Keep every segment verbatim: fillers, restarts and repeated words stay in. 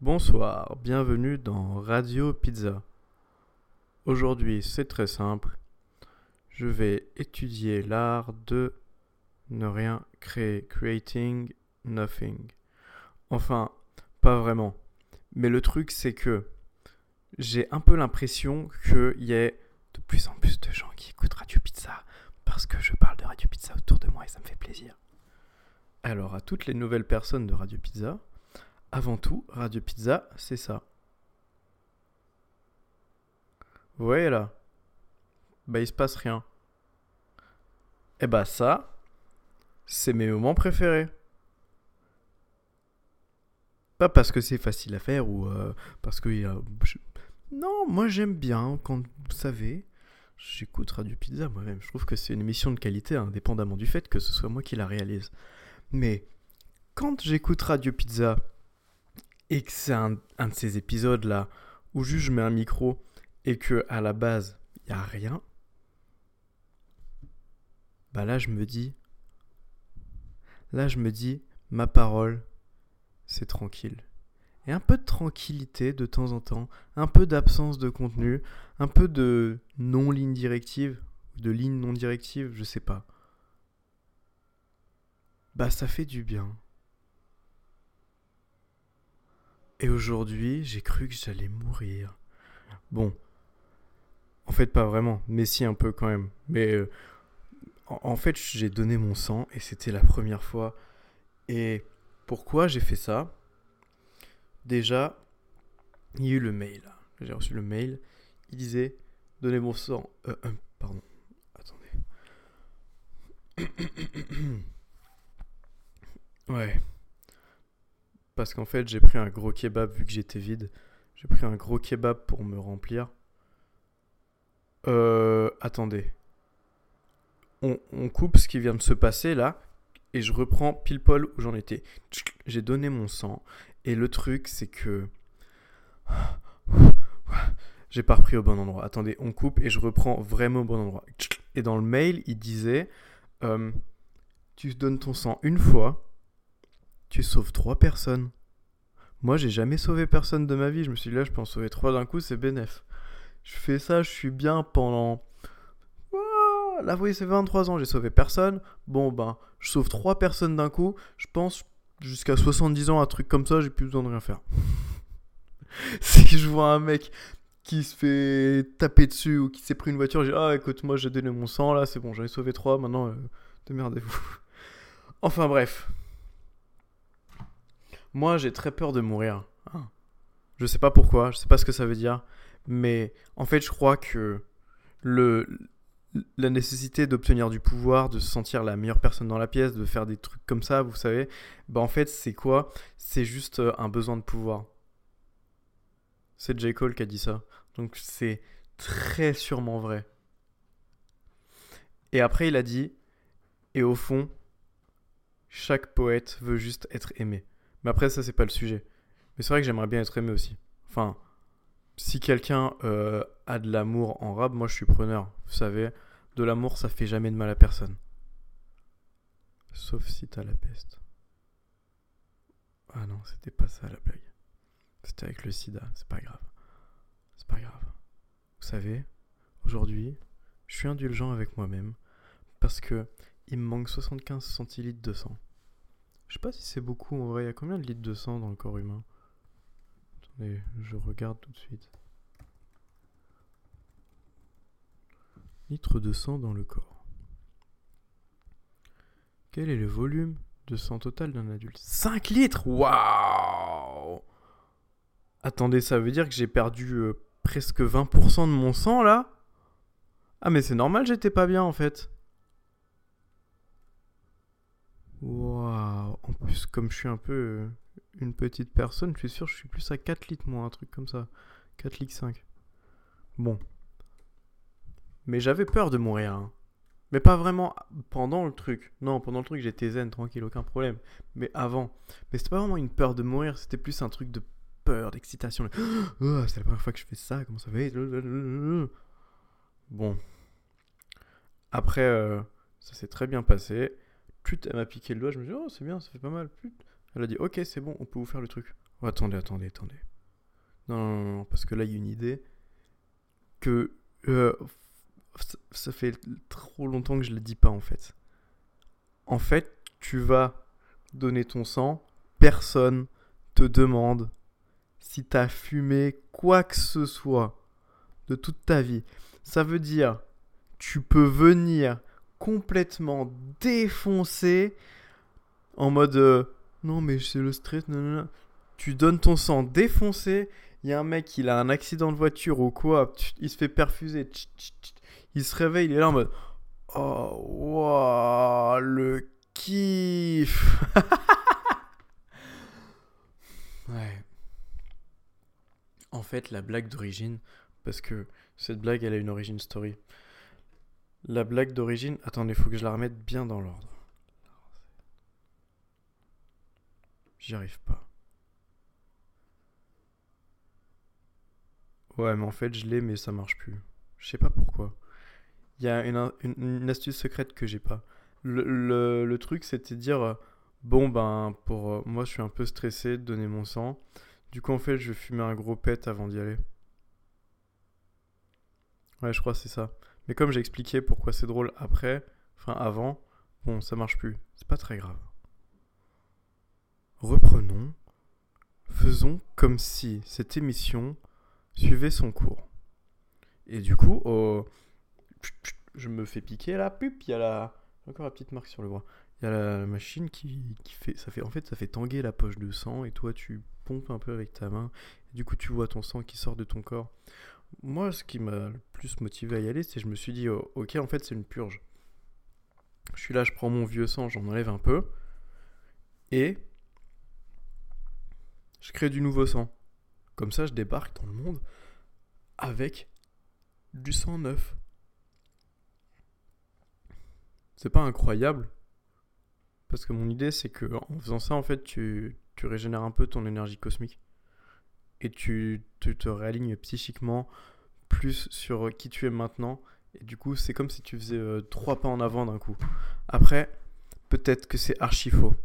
Bonsoir, bienvenue dans Radio Pizza. Aujourd'hui, c'est très simple. Je vais étudier l'art de ne rien créer, creating nothing. Enfin, pas vraiment. Mais le truc, c'est que j'ai un peu l'impression qu'il y ait de plus en plus de gens qui écoutent Radio Pizza parce que je parle de Radio Pizza autour de moi et ça me fait plaisir. Alors, à toutes les nouvelles personnes de Radio Pizza, avant tout, Radio Pizza, c'est ça. Vous voyez là? Bah, il se passe rien. Et bah, ça, c'est mes moments préférés. Pas parce que c'est facile à faire ou euh, parce que. y a- je- Non, moi j'aime bien quand vous savez. J'écoute Radio Pizza moi-même. Je trouve que c'est une émission de qualité indépendamment du fait que ce soit moi qui la réalise. Mais quand j'écoute Radio Pizza et que c'est un, un de ces épisodes là où juste je mets un micro et que à la base il y a rien, bah là je me dis, là je me dis, ma parole, c'est tranquille. Et un peu de tranquillité de temps en temps, un peu d'absence de contenu, un peu de non-ligne directive, de ligne non directive, je sais pas. Bah ça fait du bien. Et aujourd'hui, j'ai cru que j'allais mourir. Bon, en fait pas vraiment, mais si un peu quand même. Mais euh, en, en fait, j'ai donné mon sang et c'était la première fois. Et pourquoi j'ai fait ça? Déjà, il y a eu le mail. J'ai reçu le mail. Il disait donnez mon sang. Euh, euh, pardon. Attendez. Ouais. Parce qu'en fait, j'ai pris un gros kebab vu que j'étais vide. J'ai pris un gros kebab pour me remplir. Euh. Attendez. On, on coupe ce qui vient de se passer là. Et je reprends pile poil où j'en étais. J'ai donné mon sang. Et le truc, c'est que. J'ai pas repris au bon endroit. Attendez, on coupe et je reprends vraiment au bon endroit. Et dans le mail, il disait euh, tu donnes ton sang une fois, tu sauves trois personnes. Moi, j'ai jamais sauvé personne de ma vie. Je me suis dit là, je peux en sauver trois d'un coup, c'est bénef. Je fais ça, je suis bien pendant. Ah, là, oui, c'est vingt-trois ans, j'ai sauvé personne. Bon, ben, je sauve trois personnes d'un coup. Je pense jusqu'à soixante-dix ans, un truc comme ça, j'ai plus besoin de rien faire. Si je vois un mec qui se fait taper dessus ou qui s'est pris une voiture, j'ai dit, ah écoute, moi j'ai donné mon sang là, c'est bon, j'en ai sauvé trois, maintenant euh, démerdez-vous. Enfin bref, moi j'ai très peur de mourir. Hein. Je sais pas pourquoi, je sais pas ce que ça veut dire, mais en fait je crois que le la nécessité d'obtenir du pouvoir, de se sentir la meilleure personne dans la pièce, de faire des trucs comme ça, vous savez, bah en fait c'est quoi? C'est juste euh, un besoin de pouvoir. C'est J. Cole qui a dit ça. Donc c'est très sûrement vrai. Et après il a dit, et au fond, chaque poète veut juste être aimé. Mais après ça c'est pas le sujet. Mais c'est vrai que j'aimerais bien être aimé aussi. Enfin, si quelqu'un euh, a de l'amour en rap, moi je suis preneur. Vous savez, de l'amour ça fait jamais de mal à personne. Sauf si t'as la peste. Ah non, c'était pas ça la blague. C'était avec le sida, c'est pas grave. C'est pas grave. Vous savez, aujourd'hui, je suis indulgent avec moi-même parce que il me manque soixante-quinze centilitres de sang. Je sais pas si c'est beaucoup en vrai. Il y a combien de litres de sang dans le corps humain? Attendez, je regarde tout de suite. Litres de sang dans le corps. Quel est le volume de sang total d'un adulte? cinq litres. Waouh. Attendez, ça veut dire que j'ai perdu euh, presque vingt pour cent de mon sang là? Ah mais c'est normal, j'étais pas bien en fait. Waouh. En plus, comme je suis un peu euh, une petite personne, je suis sûr que je suis plus à quatre litres, moi, un truc comme ça. quatre litres cinq. Bon. Mais j'avais peur de mourir. Hein. Mais pas vraiment pendant le truc. Non, pendant le truc, j'étais zen, tranquille, aucun problème. Mais avant. Mais c'était pas vraiment une peur de mourir, c'était plus un truc de peur, d'excitation. Oh, c'est la première fois que je fais ça, comment ça va être? Bon. Après, euh, ça s'est très bien passé. Pute, elle m'a piqué le doigt, je me suis dit, oh, c'est bien, ça fait pas mal. Pute. Elle a dit, ok, c'est bon, on peut vous faire le truc. Oh, attendez, attendez, attendez. Non, non, non, non, parce que là, il y a une idée que euh, ça, ça fait trop longtemps que je ne le dis pas, en fait. En fait, tu vas donner ton sang, personne te demande si t'as fumé quoi que ce soit de toute ta vie. Ça veut dire, tu peux venir complètement défoncé en mode euh, non mais c'est le stress, non, non, non. Tu donnes ton sang défoncé, il y a un mec, il a un accident de voiture ou quoi, il se fait perfuser, tch, tch, tch. Il se réveille, il est là en mode oh, wow, le kiff. Ouais. En fait, la blague d'origine, parce que cette blague, elle a une origin story. La blague d'origine, attendez, faut que je la remette bien dans l'ordre. J'y arrive pas. Ouais, mais en fait, je l'ai, mais ça marche plus. Je sais pas pourquoi. Il y a une, une, une astuce secrète que j'ai pas. Le, le, le truc, c'était de dire euh, bon, ben, pour euh, moi, je suis un peu stressé de donner mon sang. Du coup, en fait, je vais fumer un gros pet avant d'y aller. Ouais, je crois que c'est ça. Mais comme j'ai expliqué pourquoi c'est drôle après, enfin avant, bon, ça marche plus. C'est pas très grave. Reprenons. Faisons comme si cette émission suivait son cours. Et du coup, oh, je me fais piquer la pup, il y a la encore la petite marque sur le bras. Il y a la machine qui, qui fait ça fait en fait ça fait tanguer la poche de sang et toi tu pompes un peu avec ta main. Et du coup, tu vois ton sang qui sort de ton corps. Moi, ce qui m'a le plus motivé à y aller, c'est que je me suis dit oh, OK, en fait, c'est une purge. Je suis là, je prends mon vieux sang, j'en enlève un peu et je crée du nouveau sang. Comme ça, je débarque dans le monde avec du sang neuf. C'est pas incroyable. Parce que mon idée, c'est que en faisant ça, en fait, tu, tu régénères un peu ton énergie cosmique. Et tu, tu te réalignes psychiquement plus sur qui tu es maintenant. Et du coup, c'est comme si tu faisais euh, trois pas en avant d'un coup. Après, peut-être que c'est archi faux.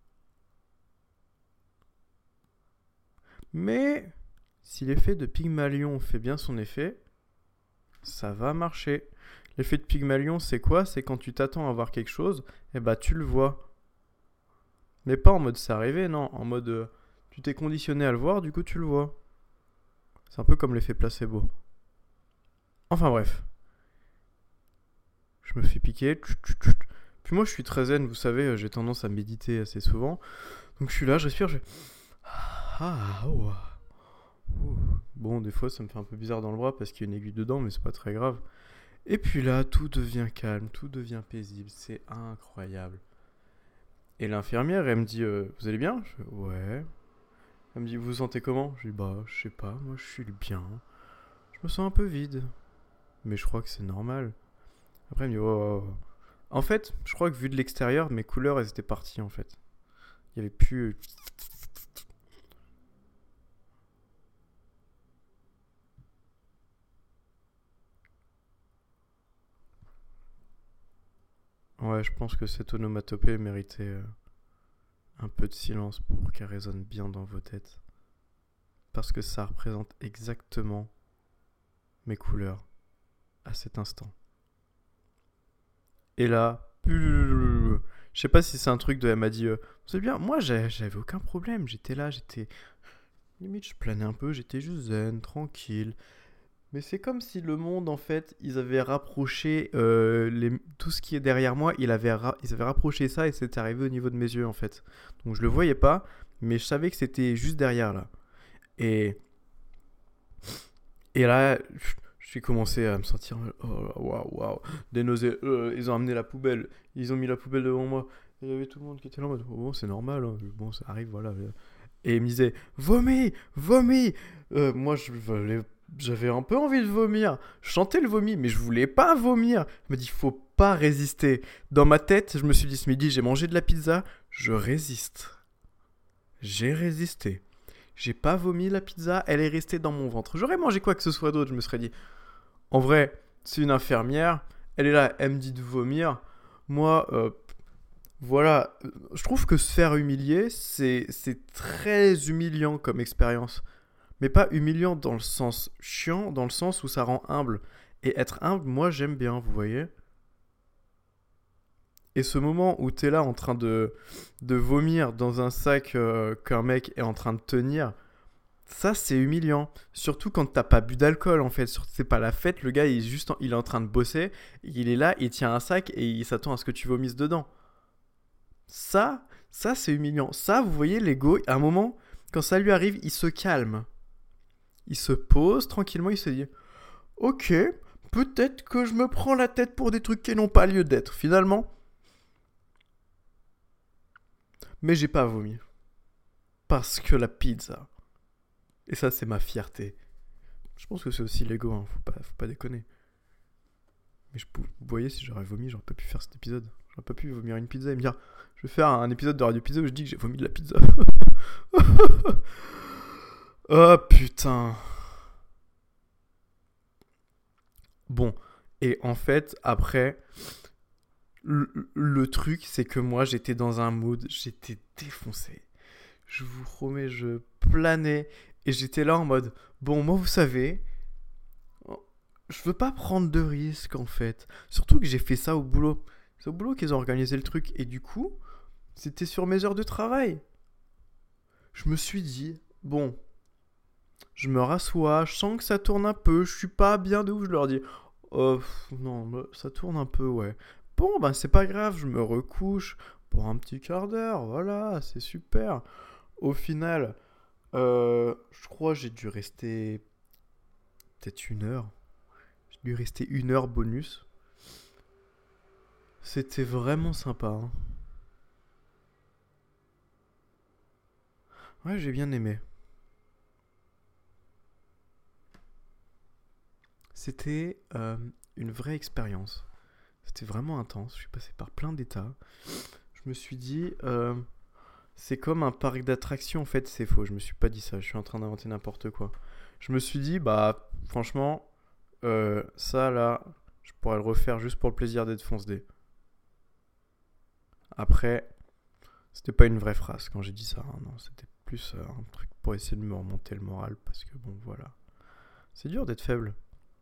Mais si l'effet de Pygmalion fait bien son effet, ça va marcher. L'effet de Pygmalion, c'est quoi? C'est quand tu t'attends à voir quelque chose, et bah tu le vois. Mais pas en mode c'est arrivé, non. En mode euh, tu t'es conditionné à le voir, du coup tu le vois. C'est un peu comme l'effet placebo. Enfin bref. Je me fais piquer. Puis moi je suis très zen, vous savez, j'ai tendance à méditer assez souvent. Donc je suis là, je respire, je fais... Ah, oh. Bon, des fois ça me fait un peu bizarre dans le bras parce qu'il y a une aiguille dedans, mais c'est pas très grave. Et puis là, tout devient calme, tout devient paisible, c'est incroyable. Et l'infirmière, elle me dit euh, vous allez bien? Je fais, ouais. Elle me dit vous vous sentez comment? Je dis bah je sais pas, moi je suis bien. Je me sens un peu vide. Mais je crois que c'est normal. Après elle me dit oh, oh, oh. En fait, je crois que vu de l'extérieur, mes couleurs elles étaient parties en fait. Il y avait plus... Ouais, je pense que cette onomatopée méritait euh, un peu de silence pour qu'elle résonne bien dans vos têtes. Parce que ça représente exactement mes couleurs à cet instant. Et là, je sais pas si c'est un truc de elle m'a dit euh, c'est bien, moi j'avais aucun problème, j'étais là, j'étais limite je planais un peu, j'étais juste zen, tranquille. Mais c'est comme si le monde en fait, ils avaient rapproché euh, les, tout ce qui est derrière moi, ils avaient, ra- ils avaient rapproché ça et c'était arrivé au niveau de mes yeux en fait. Donc je le voyais pas, mais je savais que c'était juste derrière là. Et et là, j'ai commencé à me sentir oh waouh waouh des nausées. Euh, ils ont amené la poubelle, ils ont mis la poubelle devant moi. Il y avait tout le monde qui était là en mode oh, bon c'est normal, hein. Bon ça arrive voilà. Et ils me disaient vomis, vomis. Euh, moi je voulais, j'avais un peu envie de vomir. Je sentais le vomi, mais je voulais pas vomir. Je me dis faut pas résister. Dans ma tête, je me suis dit ce midi j'ai mangé de la pizza, je résiste. J'ai résisté. J'ai pas vomi la pizza, elle est restée dans mon ventre. J'aurais mangé quoi que ce soit d'autre, je me serais dit. En vrai, c'est une infirmière, elle est là, elle me dit de vomir. Moi, euh, Voilà, euh, je trouve que se faire humilier, c'est, c'est très humiliant comme expérience. Mais pas humiliant dans le sens chiant, dans le sens où ça rend humble. Et être humble, moi j'aime bien, vous voyez. Et ce moment où t'es là en train de, de vomir dans un sac euh, qu'un mec est en train de tenir, ça c'est humiliant. Surtout quand t'as pas bu d'alcool en fait. C'est pas la fête, le gars il est juste en, il est en train de bosser, il est là, il tient un sac et il s'attend à ce que tu vomisses dedans. Ça, ça c'est humiliant. Ça, vous voyez, l'ego, à un moment, quand ça lui arrive, il se calme. Il se pose tranquillement, il se dit ok, peut-être que je me prends la tête pour des trucs qui n'ont pas lieu d'être finalement, mais j'ai pas vomi. Parce que la pizza. Et ça, c'est ma fierté. Je pense que c'est aussi l'ego, hein. Faut pas, faut pas déconner. Mais je, vous voyez, si j'aurais vomi, j'aurais pas pu faire cet épisode. J'aurais pas pu vomir une pizza et me dire je vais faire un épisode de Radio Pizza où je dis que j'ai vomi de la pizza. Oh putain. Bon, et en fait, après, le, le truc, c'est que moi, j'étais dans un mood, j'étais défoncé. Je vous promets, je planais. Et j'étais là en mode, bon, moi, vous savez, je veux pas prendre de risques, en fait. Surtout que j'ai fait ça au boulot. C'est au boulot qu'ils ont organisé le truc. Et du coup, c'était sur mes heures de travail. Je me suis dit, bon, je me rassois, je sens que ça tourne un peu, je suis pas bien de ouf, je leur dis, oh, non, ça tourne un peu, ouais. Bon, ben c'est pas grave, je me recouche pour un petit quart d'heure, voilà, c'est super. Au final, euh, je crois que j'ai dû rester peut-être une heure. J'ai dû rester une heure bonus. C'était vraiment sympa, hein. Ouais, j'ai bien aimé. C'était euh, une vraie expérience. C'était vraiment intense. Je suis passé par plein d'états. Je me suis dit, euh, c'est comme un parc d'attractions. En fait, c'est faux. Je me suis pas dit ça. Je suis en train d'inventer n'importe quoi. Je me suis dit, bah, franchement, euh, ça là, je pourrais le refaire juste pour le plaisir d'être fonce-dé. Après, c'était pas une vraie phrase quand j'ai dit ça, hein. Non, c'était plus euh, un truc pour essayer de me remonter le moral parce que bon, voilà. C'est dur d'être faible.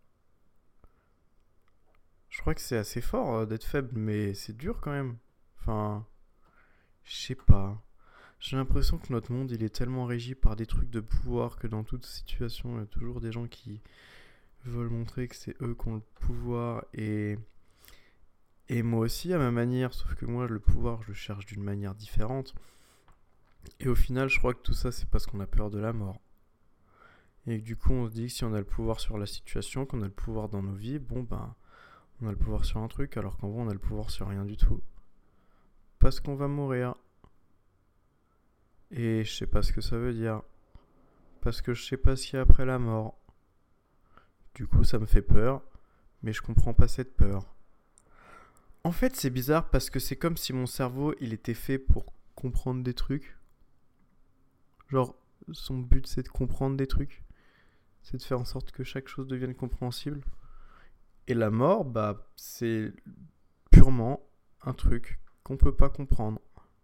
Je crois que c'est assez fort euh, d'être faible, mais c'est dur quand même. Enfin, je sais pas. J'ai l'impression que notre monde, il est tellement régi par des trucs de pouvoir que dans toute situation, il y a toujours des gens qui veulent montrer que c'est eux qui ont le pouvoir et et moi aussi à ma manière, sauf que moi le pouvoir, je le cherche d'une manière différente. Et au final, je crois que tout ça, c'est parce qu'on a peur de la mort. Et que du coup, on se dit que si on a le pouvoir sur la situation, qu'on a le pouvoir dans nos vies, bon ben, on a le pouvoir sur un truc, alors qu'en vrai, on a le pouvoir sur rien du tout. Parce qu'on va mourir. Et je sais pas ce que ça veut dire. Parce que je sais pas ce qu'il y a après la mort. Du coup, ça me fait peur, mais je comprends pas cette peur. En fait, c'est bizarre parce que c'est comme si mon cerveau, il était fait pour comprendre des trucs. Genre, son but, c'est de comprendre des trucs. C'est de faire en sorte que chaque chose devienne compréhensible. Et la mort, bah, c'est purement un truc qu'on peut pas comprendre.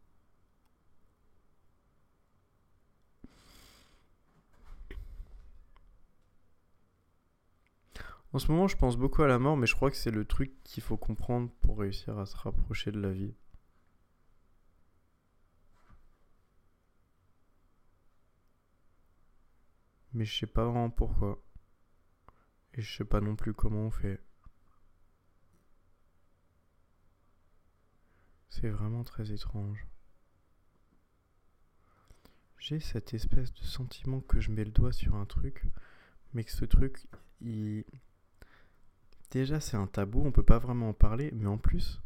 En ce moment, je pense beaucoup à la mort, mais je crois que c'est le truc qu'il faut comprendre pour réussir à se rapprocher de la vie. Mais je sais pas vraiment pourquoi. Et je sais pas non plus comment on fait. C'est vraiment très étrange. J'ai cette espèce de sentiment que je mets le doigt sur un truc, mais que ce truc, il... Déjà, c'est un tabou, on peut pas vraiment en parler, mais en plus,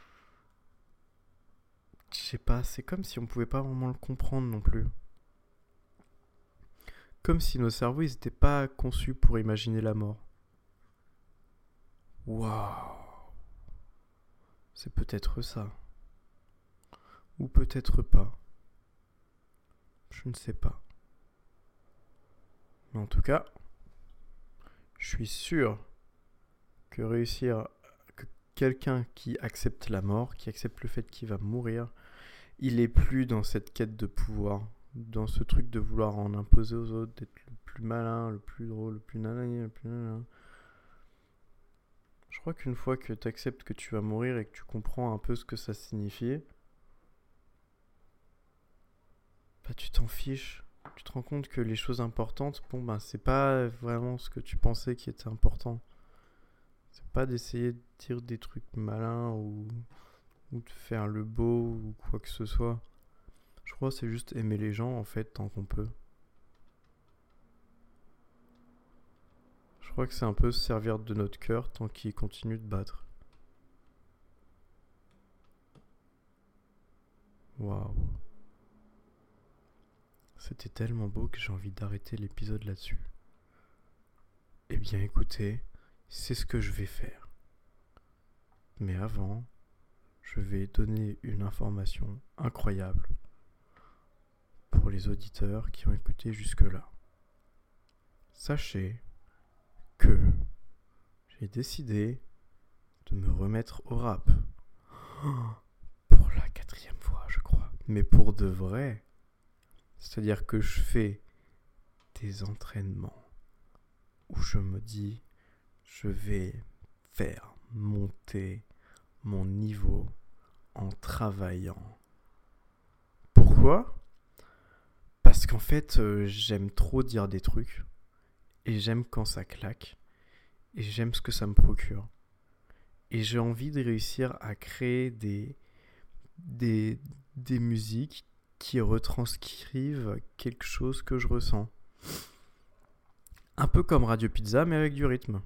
je sais pas, c'est comme si on pouvait pas vraiment le comprendre non plus. Comme si nos cerveaux, ils étaient pas conçus pour imaginer la mort. Waouh, c'est peut-être ça. Ou peut-être pas. Je ne sais pas. Mais en tout cas, je suis sûr que réussir, que quelqu'un qui accepte la mort, qui accepte le fait qu'il va mourir, il est plus dans cette quête de pouvoir, dans ce truc de vouloir en imposer aux autres, d'être le plus malin, le plus drôle, le plus nanani, le plus nanana. Je crois qu'une fois que tu acceptes que tu vas mourir et que tu comprends un peu ce que ça signifie, bah tu t'en fiches. Tu te rends compte que les choses importantes, bon bah c'est pas vraiment ce que tu pensais qui était important. C'est pas d'essayer de dire des trucs malins ou, ou de faire le beau ou quoi que ce soit. Je crois que c'est juste aimer les gens en fait tant qu'on peut. Je crois que c'est un peu se servir de notre cœur tant qu'il continue de battre. Waouh. C'était tellement beau que j'ai envie d'arrêter l'épisode là-dessus. Eh bien écoutez, c'est ce que je vais faire. Mais avant, je vais donner une information incroyable pour les auditeurs qui ont écouté jusque-là. Sachez que j'ai décidé de me remettre au rap. Pour la quatrième fois, je crois. Mais pour de vrai. C'est-à-dire que je fais des entraînements où je me dis, je vais faire monter mon niveau en travaillant. Pourquoi ? Parce qu'en fait, euh, j'aime trop dire des trucs. Et j'aime quand ça claque. Et j'aime ce que ça me procure. Et j'ai envie de réussir à créer des, des, des musiques qui retranscrivent quelque chose que je ressens. Un peu comme Radio Pizza, mais avec du rythme.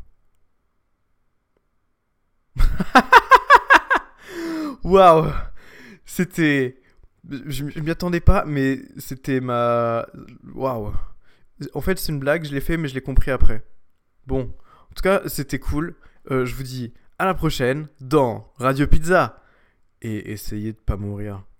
Waouh! C'était... Je m'y attendais pas, mais c'était ma... Waouh! En fait, c'est une blague, je l'ai fait, mais je l'ai compris après. Bon, en tout cas, c'était cool. Euh, je vous dis à la prochaine dans Radio Pizza. Et essayez de pas mourir.